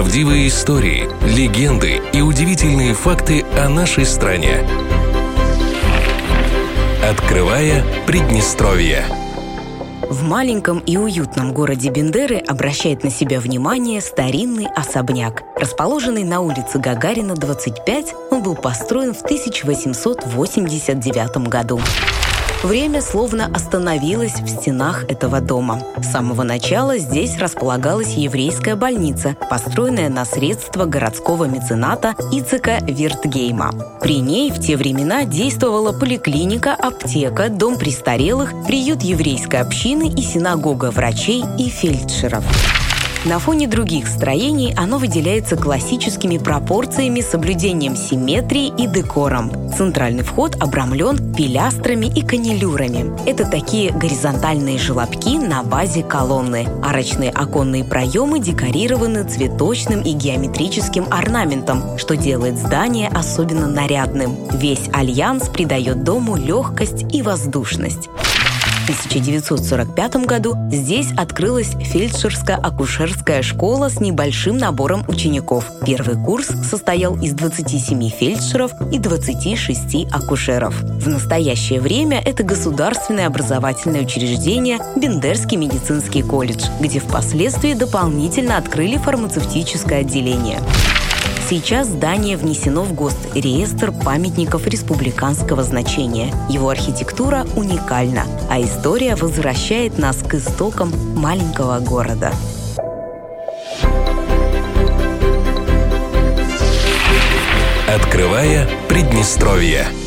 Правдивые истории, легенды и удивительные факты о нашей стране. Открывая Приднестровье. В маленьком и уютном городе Бендеры обращает на себя внимание старинный особняк. Расположенный на улице Гагарина, 25, он был построен в 1889 году. Время словно остановилось в стенах этого дома. С самого начала здесь располагалась еврейская больница, построенная на средства городского мецената Ицека Вертгейма. При ней в те времена действовала поликлиника, аптека, дом престарелых, приют еврейской общины и синагога врачей и фельдшеров. На фоне других строений оно выделяется классическими пропорциями, соблюдением симметрии и декором. Центральный вход обрамлен пилястрами и каннелюрами. Это такие горизонтальные желобки на базе колонны. Арочные оконные проемы декорированы цветочным и геометрическим орнаментом, что делает здание особенно нарядным. Весь альянс придает дому легкость и воздушность. В 1945 году здесь открылась фельдшерско-акушерская школа с небольшим набором учеников. Первый курс состоял из 27 фельдшеров и 26 акушеров. В настоящее время это государственное образовательное учреждение Бендерский медицинский колледж, где впоследствии дополнительно открыли фармацевтическое отделение. Сейчас здание внесено в Госреестр памятников республиканского значения. Его архитектура уникальна, а история возвращает нас к истокам маленького города. Открывая Приднестровье.